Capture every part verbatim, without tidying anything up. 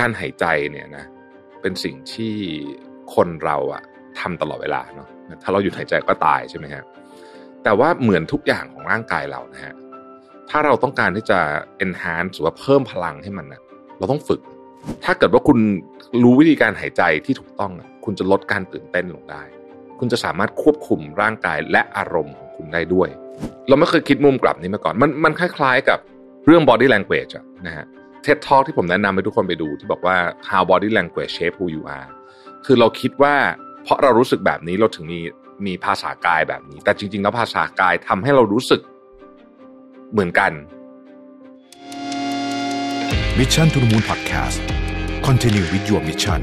การหายใจเนี่ยนะเป็นสิ่งที่คนเราอะทำตลอดเวลาเนาะถ้าเราหยุดหายใจก็ตายใช่ไหมฮะแต่ว่าเหมือนทุกอย่างของร่างกายเรานะฮะถ้าเราต้องการที่จะ enhance หรือว่าเพิ่มพลังให้มันนะเราต้องฝึกถ้าเกิดว่าคุณรู้วิธีการหายใจที่ถูกต้องคุณจะลดการตื่นเต้นลงได้คุณจะสามารถควบคุมร่างกายและอารมณ์ของคุณได้ด้วยเราไม่เคยคิดมุมกลับนี้มาก่อนมันมันคล้ายๆกับเรื่อง body language อะนะฮะ TED Talk ที่ผมแนะนำให้ทุกคนไปดูที่บอกว่า how body language shape who you are คือเราคิดว่าเพราะเรารู้สึกแบบนี้เราถึงมีมีภาษากายแบบนี้แต่จริงๆแล้วภาษากายทำให้เรารู้สึกเหมือนกัน Mission to the Moon Podcast Continue with your mission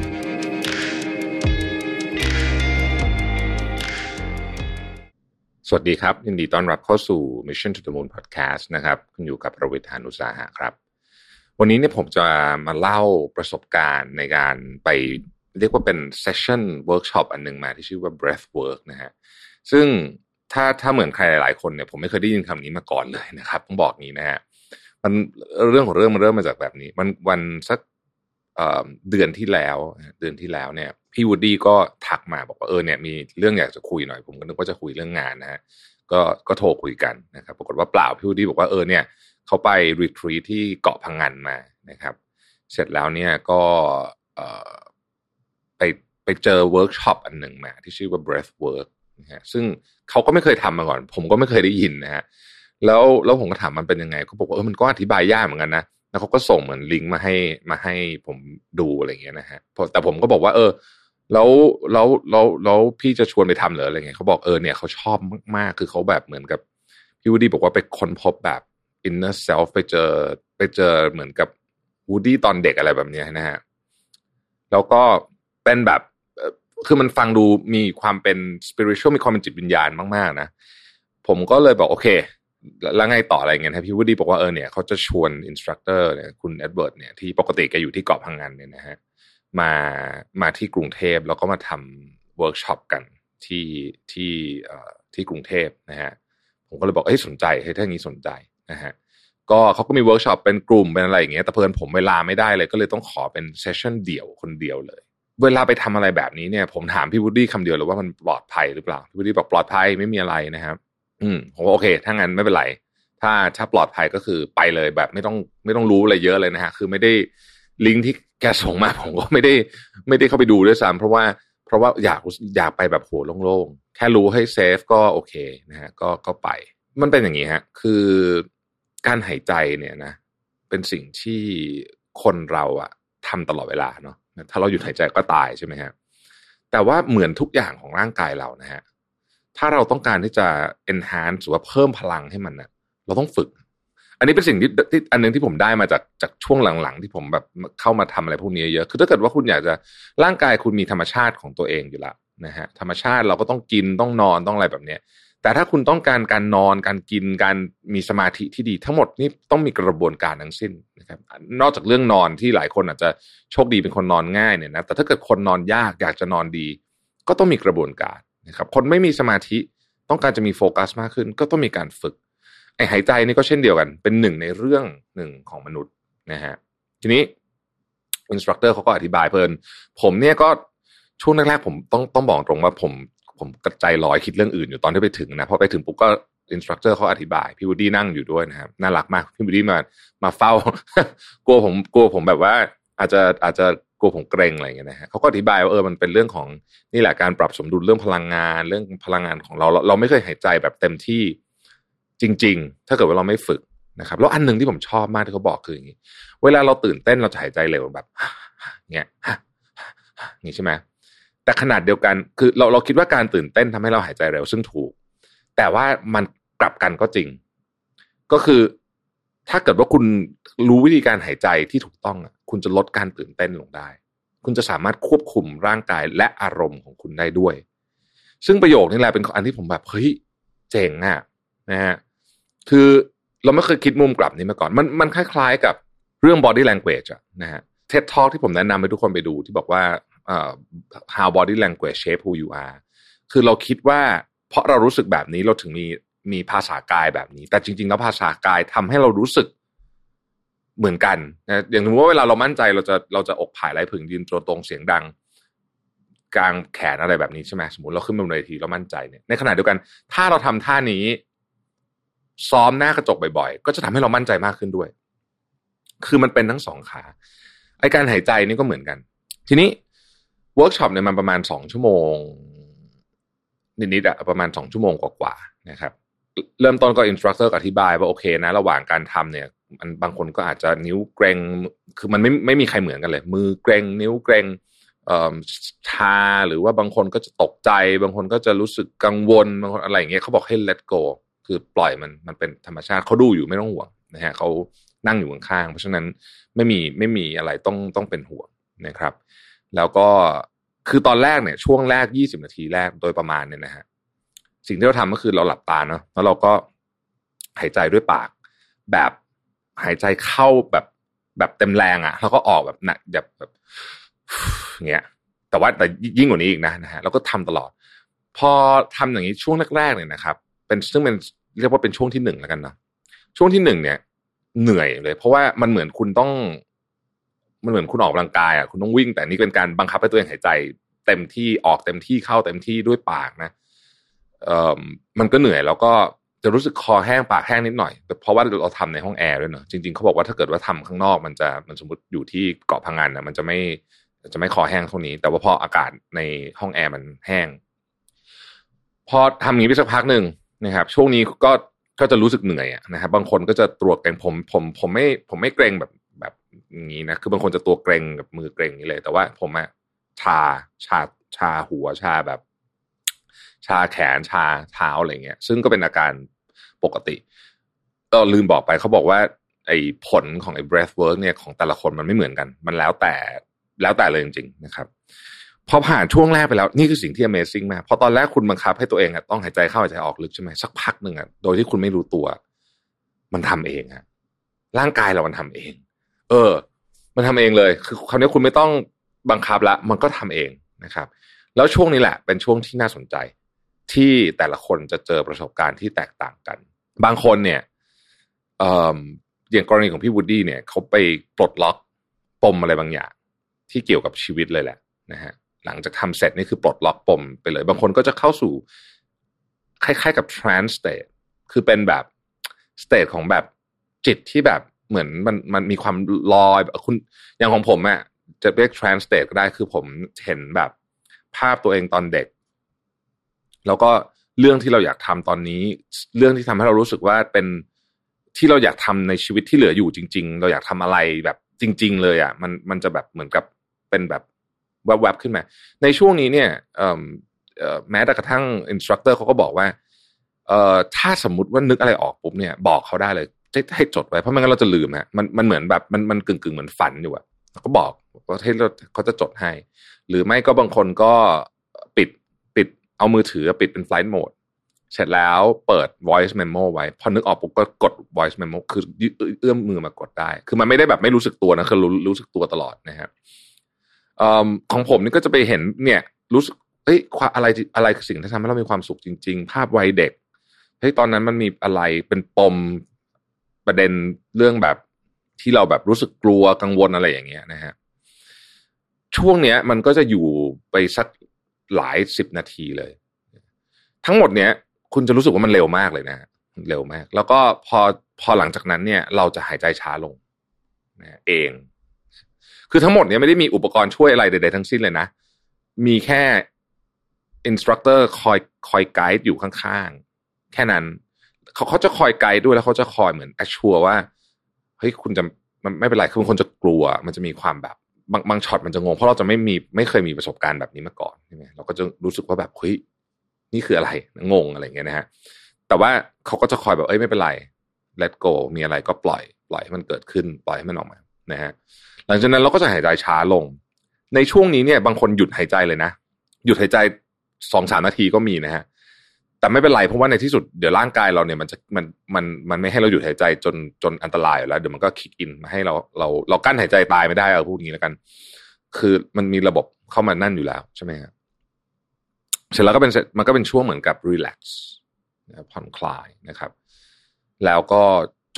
สวัสดีครับยินดีต้อนรับเข้าสู่ Mission to the Moon Podcast นะครับคุณอยู่กับประวิตร หาญอุตสาหะครับวันนี้เนี่ยผมจะมาเล่าประสบการณ์ในการไปเรียกว่าเป็น session workshop อันนึงมาที่ชื่อว่า breath work นะฮะซึ่งถ้าถ้าเหมือนใครหลายคนเนี่ยผมไม่เคยได้ยินคำนี้มาก่อนเลยนะครับต้องบอกนี้นะฮะมันเรื่องของเรื่องมันเริ่มมาจากแบบนี้มันวันสักเอ่อเดือนที่แล้วเดือนที่แล้วเนี่ยพี่วูดดี้ก็ทักมาบอกว่าเออเนี่ยมีเรื่องอยากจะคุยหน่อยผมก็นึกว่าจะคุยเรื่องงานนะฮะก็ก็โทรคุยกันนะครับปรากฏว่าเปล่าพี่วูดดี้บอกว่าเออเนี่ยเขาไปรีทรีทที่เกาะพังงานมานะครับเสร็จแล้วเนี่ยก็เอ่อไปไปเจอเวิร์กช็อปอันหนึ่งมาที่ชื่อว่า breath work นะฮะซึ่งเขาก็ไม่เคยทำมาก่อนผมก็ไม่เคยได้ยินนะฮะแล้วแล้วผมก็ถามมันเป็นยังไงเขาบอกว่าเออมันก็อธิบายยากเหมือนกันนะแล้วเขาก็ส่งเหมือนลิงก์มาให้มาให้ผมดูอะไรอย่างเงี้ยนะฮะแต่ผมก็บอกว่าเออแล้วแล้วแล้วแล้วพี่จะชวนไปทำเหรออะไรเงี้ยเขาบอกเออเนี่ยเขาชอบมากๆคือเขาแบบเหมือนกับพี่วูดดี้บอกว่าไปค้นพบแบบ inner self ไปเจอไปเจอเหมือนกับวูดดี้ตอนเด็กอะไรแบบเนี้ยนะฮะแล้วก็เป็นแบบคือมันฟังดูมีความเป็น spiritual มีความเป็นจิตวิญญาณมากๆนะผมก็เลยบอกโอเคแล้วไงต่ออะไรเงี้ยครับพี่วูดดี้บอกว่าเออเนี่ยเขาจะชวนอินสตรัคเตอร์เนี่ยคุณเอ็ดเวิร์ดเนี่ยที่ปกติแกอยู่ที่เกาะพังงานเนี่ยนะฮะมามาที่กรุงเทพแล้วก็มาทำเวิร์กช็อปกันที่ที่เอ่อที่กรุงเทพนะฮะผมก็เลยบอกเอ้ยสนใจเฮ้ยถ้าอย่างนี้สนใจนะฮะก็เขาก็มีเวิร์กช็อปเป็นกลุ่มเป็นอะไรอย่างเงี้ยแต่เพิ่นผมเวลาไม่ได้เลยก็เลยต้องขอเป็นเซสชั่นเดี่ยวคนเดียวเลยเวลาไปทำอะไรแบบนี้เนี่ยผมถามพี่วูดดี้คำเดียวเลยว่ามันปลอดภัยหรือเปล่าพี่วูดดี้บอกปลอดภัยไม่มีอะไรนะครับอืมผมว่าโอเคถ้างั้นไม่เป็นไรถ้าถ้าปลอดภัยก็คือไปเลยแบบไม่ต้องไม่ต้องรู้อะไรเยอะเลยนะฮะคือไม่ได้ลิงก์ที่แกส่งมาผมก็ไม่ได้ไม่ได้เข้าไปดูด้วยซ้ำเพราะว่าเพราะว่าอยากอยากไปแบบโหโล่งๆแค่รู้ให้เซฟก็โอเคนะฮะก็ก็ไปมันเป็นอย่างนี้ฮะคือการหายใจเนี่ยนะเป็นสิ่งที่คนเราอะทำตลอดเวลาเนาะถ้าเราหยุดหายใจก็ตายใช่ไหมฮะแต่ว่าเหมือนทุกอย่างของร่างกายเรานะฮะถ้าเราต้องการที่จะ enhance หรือว่าเพิ่มพลังให้มันนะเราต้องฝึกอันนี้เป็นสิ่งที่ที่อันนึงที่ผมได้มาจากจากช่วงหลังๆที่ผมแบบเข้ามาทำอะไรพวกนี้เยอะคือถ้าเกิดว่าคุณอยากจะร่างกายคุณมีธรรมชาติของตัวเองอยู่แล้วนะฮะธรรมชาติเราก็ต้องกินต้องนอนต้องอะไรแบบเนี้ยแต่ถ้าคุณต้องการการนอนการกินการมีสมาธิที่ดีทั้งหมดนี่ต้องมีกระบวนการทั้งสิ้นนะครับนอกจากเรื่องนอนที่หลายคนอาจจะโชคดีเป็นคนนอนง่ายเนี่ยนะแต่ถ้าเกิดคนนอนยากอยากจะนอนดีก็ต้องมีกระบวนการนะครับคนไม่มีสมาธิต้องการจะมีโฟกัสมากขึ้นก็ต้องมีการฝึกไอ้หายใจนี่ก็เช่นเดียวกันเป็นหนึ่งในเรื่องหนึ่งของมนุษย์นะฮะทีนี้อินสตรัคเตอร์เขาก็อธิบายเพิ่นผมเนี่ยก็ช่วงแรกๆผมต้องต้องบอกตรงว่าผมผมกระจายลอยคิดเรื่องอื่นอยู่ตอนที่ไปถึงนะพอไปถึงปุ๊บก็อินสตรัคเตอร์เขาอธิบายพี่วูดดี้นั่งอยู่ด้วยนะครับน่ารักมากพี่วูดดี้มามาเฝ้ากลัวผมกลัวผมแบบว่าอาจจะอาจจะกลัวผมเกรงอะไรอย่างเงี้ยนะฮะเขาก็อธิบายว่าเออมันเป็นเรื่องของนี่แหละการปรับสมดุลเรื่องพลังงานเรื่องพลังงานของเราเราเราไม่เคยหายใจแบบเต็มที่จริงๆถ้าเกิดว่าเราไม่ฝึกนะครับแล้วอันนึงที่ผมชอบมากที่เขาบอกคืออย่างงี้เวลาเราตื่นเต้นเราจะหายใจเร็วแบบเงี้ยงี้ใช่ไหมแต่ขนาดเดียวกันคือเราเราคิดว่าการตื่นเต้นทำให้เราหายใจเร็วซึ่งถูกแต่ว่ามันกลับกันก็จริงก็คือถ้าเกิดว่าคุณรู้วิธีการหายใจที่ถูกต้องคุณจะลดการตื่นเต้นลงได้คุณจะสามารถควบคุมร่างกายและอารมณ์ของคุณได้ด้วยซึ่งประโยคนี้แหละเป็นอันที่ผมแบบเฮ้ยเจ๋งอ่ะนะฮะคือเราไม่เคยคิดมุมกลับนี้มาก่อนมันมันคล้ายๆกับเรื่อง body language อ่ะนะฮะ TED Talk ที่ผมแนะนำให้ทุกคนไปดูที่บอกว่าUh, how body language shape who you are คือเราคิดว่าเพราะเรารู้สึกแบบนี้เราถึงมีมีภาษากายแบบนี้แต่จริงๆแล้วภาษากายทำให้เรารู้สึกเหมือนกันนะอย่างสมมติว่าเวลาเรามั่นใจเราจะเราจะอกผายไหล่ผึ่งยืนตัวตรงเสียงดังกลางแขนอะไรแบบนี้ใช่ไหมสมมติเราขึ้นบนเวทีเรามั่นใจเนี่ยในขณะเดียวกันถ้าเราทำท่านี้ซ้อมหน้ากระจกบ่อยๆก็จะทำให้เรามั่นใจมากขึ้นด้วยคือมันเป็นทั้งสองขาไอ้การหายใจนี่ก็เหมือนกันทีนี้เวิร์กช็อปเนี่ยมันประมาณสองชั่วโมงนิดๆอะประมาณสองชั่วโมงกว่าๆนะครับเริ่มต้นก็อินสตรัคเตอร์อธิบายว่าโอเคนะระหว่างการทำเนี่ยมันบางคนก็อาจจะนิ้วเกร็งคือมันไม่ไม่มีใครเหมือนกันเลยมือเกร็งนิ้วเกร็งเอ่อชาหรือว่าบางคนก็จะตกใจบางคนก็จะรู้สึกกังวลบางคนอะไรอย่างเงี้ยเขาบอกให้ let go คือปล่อยมันมันเป็นธรรมชาติเขาดูอยู่ไม่ต้องห่วงนะฮะเขานั่งอยู่ข้างๆเพราะฉะนั้นไม่มีไม่มีอะไรต้องต้องเป็นห่วงนะครับแล้วก็คือตอนแรกเนี่ยช่วงแรกยี่สิบนาทีแรกโดยประมาณเนี่ยนะฮะสิ่งที่เราทำก็คือเราหลับตาเนาะแล้วเราก็หายใจด้วยปากแบบหายใจเข้าแบบแบบเต็มแรงอ่ะแล้วก็ออกแบบหนักแบบแบบเงี้ยแต่ว่าแต่ยิ่งกว่านี้อีกนะนะฮะแล้วก็ทำตลอดพอทำอย่างนี้ช่วงแรกๆเนี่ยนะครับเป็นซึ่งเป็นเรียกว่าเป็นช่วงที่หนึ่งแล้วกันเนาะช่วงที่หนึ่งเนี่ยเหนื่อยเลยเพราะว่ามันเหมือนคุณต้องมันเหมือนคุณออกกำลังกายอ่ะคุณต้องวิ่งแต่นี่เป็นการบังคับให้ตัวเองหายใจเต็มที่ออกเต็มที่เข้าเต็มที่ด้วยปากนะเอ่อมันก็เหนื่อยแล้วก็จะรู้สึกคอแห้งปากแห้งนิดหน่อยเพราะว่าเราทำในห้องแอร์ด้วยเนาะจริงๆเขาบอกว่าถ้าเกิดว่าทำข้างนอกมันจะมันสมมติอยู่ที่เกาะพังงานนะมันจะไม่จะไม่คอแห้งเท่านี้แต่ว่าพออากาศในห้องแอร์มันแห้งพอทำอย่างนี้ไปสักพักหนึ่งนะครับช่วงนี้ก็ก็จะรู้สึกเหนื่อยอะนะครับบางคนก็จะตัวเกร็งผมผมผมไม่ผมไม่เกร็งแบบแบบอย่างนี้นะคือบางคนจะตัวเกร็งกับมือเกร็งนี่เลยแต่ว่าผมอะชาชาชาหัวชาแบบชาแขนชาเท้าอะไรเงี้ยซึ่งก็เป็นอาการปกติเออลืมบอกไปเขาบอกว่าไอ้ผลของไอ้ breath work เนี่ยของแต่ละคนมันไม่เหมือนกันมันแล้วแต่แล้วแต่เลยจริงๆนะครับพอผ่านช่วงแรกไปแล้วนี่คือสิ่งที่ Amazing มากพอตอนแรกคุณบังคับให้ตัวเองอะต้องหายใจเข้าหายใจออกลึกใช่ไหมสักพักหนึ่งอะโดยที่คุณไม่รู้ตัวมันทำเองอะร่างกายเรามันทำเองเออมันทำเองเลยคือคราวนี้คุณไม่ต้องบังคับละมันก็ทำเองนะครับแล้วช่วงนี้แหละเป็นช่วงที่น่าสนใจที่แต่ละคนจะเจอประสบการณ์ที่แตกต่างกันบางคนเนี่ยเอ่ออย่างกรณีของพี่วูดดี้เนี่ยเขาไปปลดล็อกปมอะไรบางอย่างที่เกี่ยวกับชีวิตเลยแหละนะฮะหลังจากทำเสร็จนี่คือปลดล็อกปมไปเลยบางคนก็จะเข้าสู่คล้ายๆกับ trance state คือเป็นแบบ state ของแบบจิตที่แบบเหมือนมันมันมีความลอยคุณอย่างของผมอะจะเรียก trance state ก็ได้คือผมเห็นแบบภาพตัวเองตอนเด็กแล้วก็เรื่องที่เราอยากทำตอนนี้เรื่องที่ทำให้เรารู้สึกว่าเป็นที่เราอยากทำในชีวิตที่เหลืออยู่จริงๆเราอยากทำอะไรแบบจริงๆเลยอ่ะมันมันจะแบบเหมือนกับเป็นแบบแวบๆขึ้นมาในช่วงนี้เนี่ยเอ่อเอ่อแม้แต่กระทั่งอินสตรัคเตอร์เขาก็บอกว่าเอ่อถ้าสมมุติว่านึกอะไรออกปุ๊บเนี่ยบอกเขาได้เลยให้ให้จดไว้เพราะไม่งั้นเราจะลืมฮะมันมันเหมือนแบบมันมันกึ่งๆเหมือนฝันอยู่อ่ะก็บอกว่าให้เราเขาจะจดให้หรือไม่ก็บางคนก็ปิดปิดเอามือถือปิดเป็น flight mode เสร็จแล้วเปิด voice memo ไว้พอนึกออกปุ๊บก็กด voice memo คือเอื้อมมือมากดได้คือมันไม่ได้แบบไม่รู้สึกตัวนะคือรู้รู้สึกตัวตลอดนะครับเอ่อของผมนี่ก็จะไปเห็นเนี่ยรู้สึกเฮ้ยอะไรอะไรคือสิ่งที่ทำให้เรามีความสุขจริงๆภาพวัยเด็กเฮ้ยตอนนั้นมันมีอะไรเป็นปมประเด็นเรื่องแบบที่เราแบบรู้สึกกลัวกังวลอะไรอย่างเงี้ยนะฮะช่วงเนี้ยมันก็จะอยู่ไปสักหลายสิบนาทีเลยทั้งหมดเนี้ยคุณจะรู้สึกว่ามันเร็วมากเลยนะเร็วมากแล้วก็พอพอหลังจากนั้นเนี่ยเราจะหายใจช้าลงนะเองคือทั้งหมดเนี้ยไม่ได้มีอุปกรณ์ช่วยอะไรใดๆทั้งสิ้นเลยนะมีแค่อินสตรัคเตอร์คอยคอยไกด์อยู่ข้างๆแค่นั้นเขาเขาจะคอยไกด์ด้วยแล้วเขาจะคอยเหมือนแอชชัวร์ว่าเฮ้ยคุณจะมันไม่เป็นไรคือบางคนจะกลัวมันจะมีความแบบบางบางช็อตมันจะงงเพราะเราจะไม่มีไม่เคยมีประสบการณ์แบบนี้มาก่อนใช่ไหมเราก็จะรู้สึกว่าแบบเฮ้ยนี่คืออะไรงงอะไรอย่างเงี้ยนะฮะแต่ว่าเขาก็จะคอยแบบเอ้ยไม่เป็นไร let go มีอะไรก็ปล่อยปล่อยให้มันเกิดขึ้นปล่อยให้มันออกมานะฮะหลังจากนั้นเราก็จะหายใจช้าลงในช่วงนี้เนี่ยบางคนหยุดหายใจเลยนะหยุดหายใจ สองถึงสาม นาทีก็มีนะฮะแต่ไม่เป็นไรเพราะว่าในที่สุดเดี๋ยวร่างกายเราเนี่ยมันจะมันมันมันไม่ให้เราหยุดหายใจจนจนอันตรายอยู่แล้วเดี๋ยวมันก็คิกอินมาให้เราเราเรากั้นหายใจตายไม่ได้เอาพูดอย่างนี้แล้วกันคือมันมีระบบเข้ามานั่นอยู่แล้วใช่ไหมครับเสร็จแล้วก็เป็นมันก็เป็นช่วงเหมือนกับรีแลกซ์ผ่อนคลายนะครับแล้วก็จบ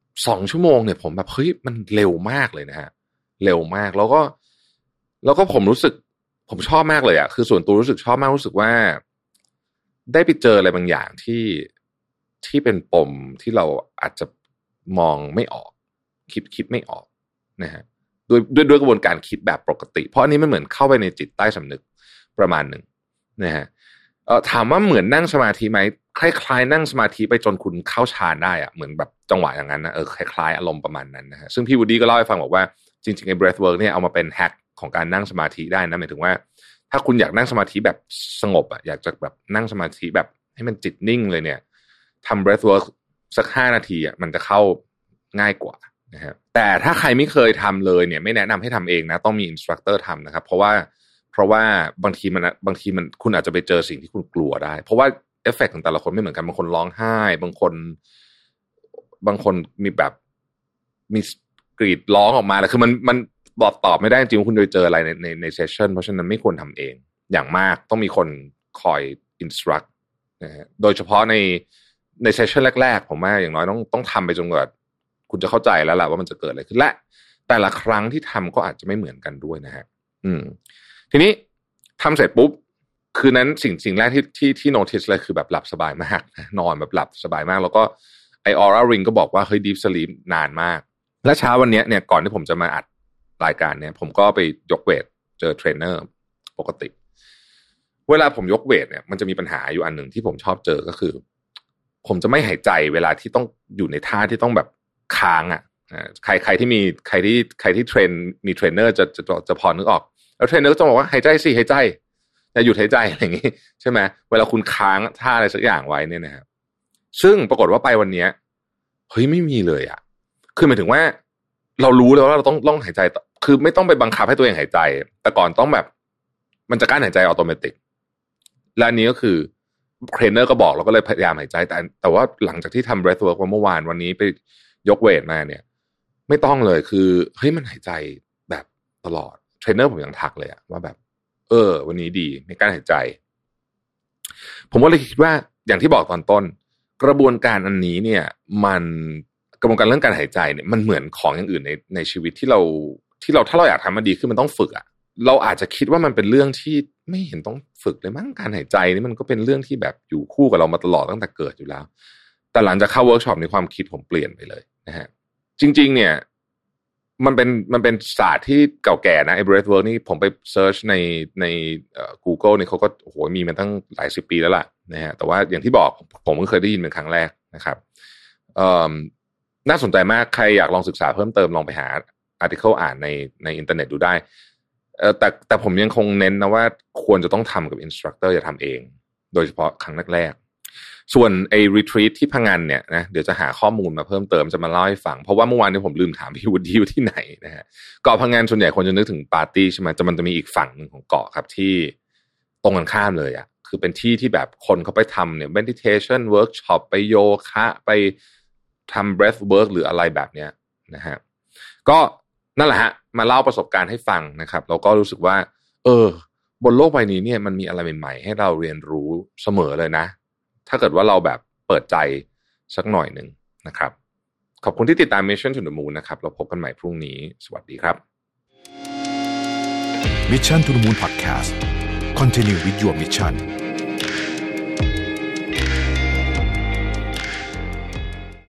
สองชั่วโมงเนี่ยผมแบบเฮ้ยมันเร็วมากเลยนะฮะเร็วมากแล้วก็แล้วก็ผมรู้สึกผมชอบมากเลยอะคือส่วนตัวรู้สึกชอบมากรู้สึกว่าได้ไปเจออะไรบางอย่างที่ที่เป็นปมที่เราอาจจะมองไม่ออกคิดคิดไม่ออกนะฮะด้วยด้วยด้วยกระบวนการคิดแบบปกติเพราะอันนี้มันเหมือนเข้าไปในจิตใต้สำนึกประมาณหนึ่งนะฮะเอ่อถามว่าเหมือนนั่งสมาธิไหมคล้ายๆนั่งสมาธิไปจนคุณเข้าฌานได้อะเหมือนแบบจังหวะอย่างนั้นนะเออคล้ายๆอารมณ์ประมาณนั้นนะฮะซึ่งพี่วูดดี้ก็เล่าให้ฟังบอกว่าจริงๆไอ้ breath work เนี่ยเอามาเป็นแฮกของการนั่งสมาธิได้นะหมายถึงว่าถ้าคุณอยากนั่งสมาธิแบบสงบอ่ะอยากจะแบบนั่งสมาธิแบบให้มันจิตนิ่งเลยเนี่ยทำ breath work สักห้านาทีอ่ะมันจะเข้าง่ายกว่านะฮะแต่ถ้าใครไม่เคยทำเลยเนี่ยไม่แนะนำให้ทำเองนะต้องมีอินสตรัคเตอร์ทำนะครับเพราะว่าเพราะว่าบางทีมันบางทีมันคุณอาจจะไปเจอสิ่งที่คุณกลัวได้เพราะว่าเอฟเฟกต์ของแต่ละคนไม่เหมือนกันบางคนร้องไห้บางคนบางคนมีแบบมีกรีดร้องออกมาแล้วคือมันมันบอกตอบไม่ได้จริงว่าคุณจะเจออะไรในในในเซสชั่นเพราะฉะนั้นไม่ควรทำเองอย่างมากต้องมีคนคอยอินสตรัคนะฮะโดยเฉพาะในในเซสชั่นแรกๆผมว่าอย่างน้อยต้องต้องทำไปจนกว่าคุณจะเข้าใจแล้วล่ะว่ามันจะเกิดอะไรขึ้นและแต่ละครั้งที่ทำก็อาจจะไม่เหมือนกันด้วยนะฮะอืมทีนี้ทำเสร็จปุ๊บคืนนั้นสิ่งสิ่งแรกที่ที่ที่โน้ติสเลยคือแบบหลับสบายมากนอนแบบหลับสบายมากแล้วก็ไอออร่าริงก็บอกว่าเฮ้ยดีฟสลีปนานมากและเช้าวันนี้เนี่ยก่อนที่ผมจะมาอัดรายการเนี่ยผมก็ไปยกเวทเจอเทรนเนอร์ปกติเวลาผมยกเวทเนี่ยมันจะมีปัญหาอยู่อันหนึ่งที่ผมชอบเจอก็คือผมจะไม่หายใจเวลาที่ต้องอยู่ในท่าที่ต้องแบบค้างอ่ะใครใครที่มีใครที่ใครที่เทรนมีเทรนเนอร์จะจะจะพอนึกออกแล้วเทรนเนอร์ก็จะบอกว่าหายใจสิหายใจอย่าหยุดหายใจอะไรอย่างงี้ใช่ไหมเวลาคุณค้างท่าอะไรสักอย่างไว้เนี่ยนะครับซึ่งปรากฏว่าไปวันนี้เฮ้ยไม่มีเลยอ่ะคือหมายถึงว่าเรารู้แล้วว่าเราต้องต้องหายใจคือไม่ต้องไปบังคับให้ตัวเองหายใจแต่ก่อนต้องแบบมันจะกั้นหายใจอัตโนมัติและอันนี้ก็คือเทรนเนอร์ก็บอกเราก็เลยพยายามหายใจแต่แต่ว่าหลังจากที่ทำ breath work เมื่อวานวันนี้ไปยกเวทมาเนี่ยไม่ต้องเลยคือเฮ้ยมันหายใจแบบตลอดเทรนเนอร์ผมยังทักเลยอะว่าแบบเออวันนี้ดีไม่กล้าหายใจผมก็เลยคิดว่าอย่างที่บอกตอนต้นกระบวนการอันนี้เนี่ยมันกระบวนการเรื่องการหายใจเนี่ยมันเหมือนของอย่างอื่นในในชีวิตที่เราที่เราถ้าเราอยากทำมันดีขึ้นมันต้องฝึกอะเราอาจจะคิดว่ามันเป็นเรื่องที่ไม่เห็นต้องฝึกเลยมั้งการหายใจนี่มันก็เป็นเรื่องที่แบบอยู่คู่กับเรามาตลอดตั้งแต่เกิดอยู่แล้วแต่หลังจากเข้าเวิร์กช็อปในความคิดผมเปลี่ยนไปเลยนะฮะจริงๆเนี่ยมันเป็นมันเป็นศาสตร์ที่เก่าแก่นะไอ้ breath work นี่ผมไปเซิร์ชในในเอ่อ Google เนี่ยเขาก็โอ้โหมีมาตั้งหลายสิบปีแล้วล่ะนะฮะแต่ว่าอย่างที่บอกผมก็เคยได้ยินเป็นครั้งแรกนะครับเอ่อน่าสนใจมากใครอยากลองศึกษาเพิ่มเติมลองไปหา article อ่านในในอินเทอร์เน็ตดูได้เอ่อแต่แต่ผมยังคงเน้นนะว่าควรจะต้องทำกับอินสตรัคเตอร์อย่าทำเองโดยเฉพาะครั้งแรกๆส่วนไอ้รีทรีตที่พังงานเนี่ยนะเดี๋ยวจะหาข้อมูลมาเพิ่มเติมจะมาเล่าให้ฟังเพราะว่าเมื่อวานนี้ผมลืมถามพี่วูดดี้อยู่ที่ไหนนะฮะเกาะพังงานส่วนใหญ่คนจะนึกถึงปาร์ตี้ใช่ไหมแต่มันจะมีอีกฝั่งหนึ่งของเกาะครับที่ตรงกันข้ามเลยอ่ะคือเป็นที่ที่แบบคนเขาไปทำเนี่ย meditation workshop ไปโยคะไปทำ breath work หรืออะไรแบบเนี้ยนะฮะก็นั่นแหละฮะมาเล่าประสบการณ์ให้ฟังนะครับแล้วก็รู้สึกว่าเออบนโลกใบนี้เนี่ยมันมีอะไรใหม่ๆให้เราเรียนรู้เสมอเลยนะถ้าเกิดว่าเราแบบเปิดใจสักหน่อยหนึ่งนะครับขอบคุณที่ติดตาม Mission to the Moon นะครับเราพบกันใหม่พรุ่งนี้สวัสดีครับ Mission to the Moon Podcast Continue with your mission